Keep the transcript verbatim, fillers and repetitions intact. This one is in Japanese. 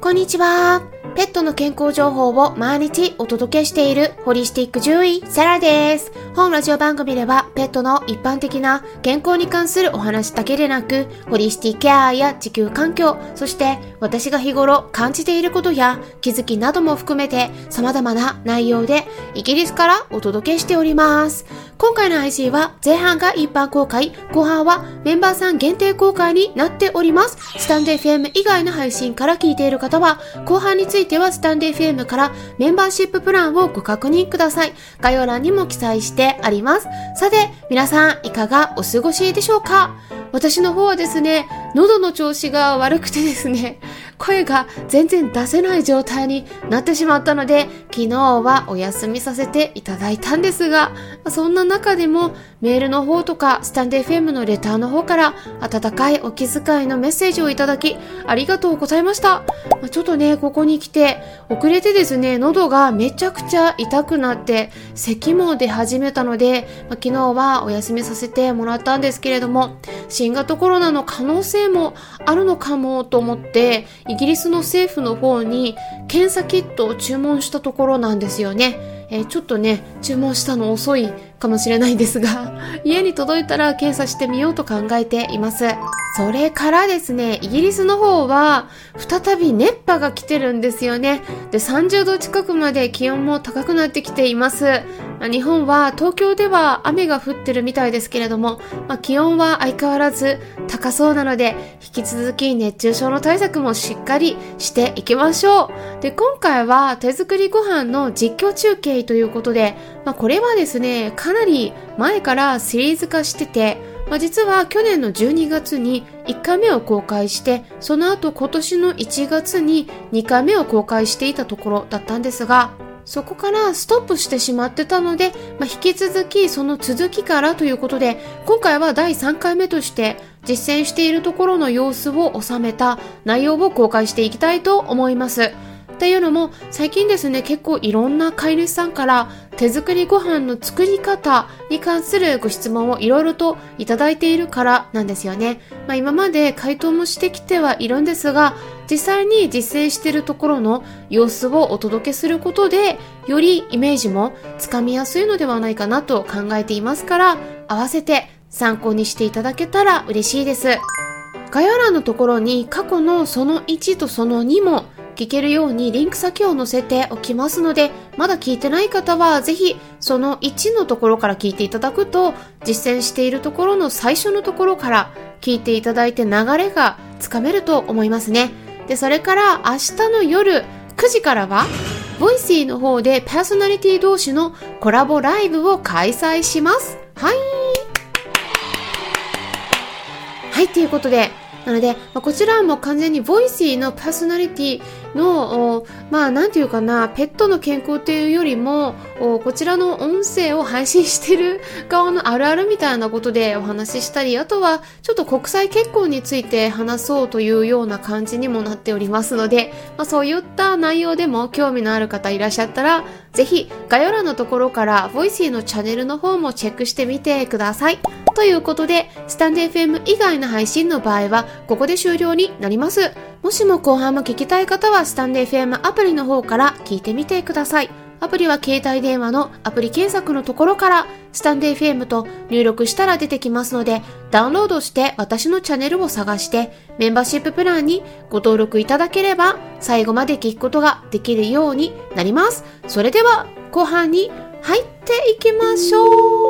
こんにちは。ペットの健康情報を毎日お届けしているホリスティック獣医サラです。本ラジオ番組ではペットの一般的な健康に関するお話だけでなく、ホリスティックケアや地球環境、そして私が日頃感じていることや気づきなども含めて様々な内容でイギリスからお届けしております。今回の配信は前半が一般公開、後半はメンバーさん限定公開になっております。スタンド エフエム 以外の配信から聞いている方は、後半についてはスタンド エフエム からメンバーシッププランをご確認ください。概要欄にも記載してあります。さて、皆さんいかがお過ごしでしょうか？私の方はですね、喉の調子が悪くてですね、声が全然出せない状態になってしまったので、昨日はお休みさせていただいたんですが、そんな中でもメールの方とかスタンド エフエム のレターの方から温かいお気遣いのメッセージをいただきありがとうございました。ちょっとね、ここに来て遅れてですね、喉がめちゃくちゃ痛くなって咳も出始めたので、昨日はお休みさせてもらったんですけれども、新型コロナの可能性もあるのかもと思ってイギリスの政府の方に検査キットを注文したところなんですよね。えー、ちょっとね、注文したの遅いかもしれないんですが、家に届いたら検査してみようと考えています。それからですね、イギリスの方は再び熱波が来てるんですよね。で、さんじゅうど近くまで気温も高くなってきています。まあ、日本は東京では雨が降ってるみたいですけれども、まあ、気温は相変わらず高そうなので、引き続き熱中症の対策もしっかりしていきましょう。で、今回は手作りご飯の実況中継ということで、まあ、これはですね、かなり前からシリーズ化してて、まあ、実は去年のじゅうにがつにいっかいめを公開して、その後今年のいちがつににかいめを公開していたところだったんですが、そこからストップしてしまってたので、まあ、引き続きその続きからということで、今回はだいさんかいめとして実践しているところの様子を収めた内容を公開していきたいと思います。っていうのも、最近ですね、結構いろんな飼い主さんから手作りご飯の作り方に関するご質問をいろいろといただいているからなんですよね。まあ、今まで回答もしてきてはいるんですが、実際に実践しているところの様子をお届けすることで、よりイメージもつかみやすいのではないかなと考えていますから、合わせて参考にしていただけたら嬉しいです。概要欄のところに過去のそのいちとそのにも聞けるようにリンク先を載せておきますので、まだ聞いてない方はぜひそのいちのところから聞いていただくと、実践しているところの最初のところから聞いていただいて流れがつかめると思いますね。で、それから明日の夜くじからはボイシーの方でパーソナリティ同士のコラボライブを開催します。はいはい、ということで、なので、まあ、こちらはもう完全にボイシーのパーソナリティの、まあなんていうかな、ペットの健康というよりも、こちらの音声を配信している側のあるあるみたいなことでお話ししたり、あとはちょっと国際結婚について話そうというような感じにもなっておりますので、まあ、そういった内容でも興味のある方いらっしゃったら、ぜひ概要欄のところからボイシーのチャンネルの方もチェックしてみてください。ということで、スタンド エフエム 以外の配信の場合はここで終了になります。もしも後半も聞きたい方はスタンド エフエム アプリの方から聞いてみてください。アプリは携帯電話のアプリ検索のところからスタンド エフエム と入力したら出てきますので、ダウンロードして私のチャンネルを探してメンバーシッププランにご登録いただければ最後まで聞くことができるようになります。それでは後半に入っていきましょう。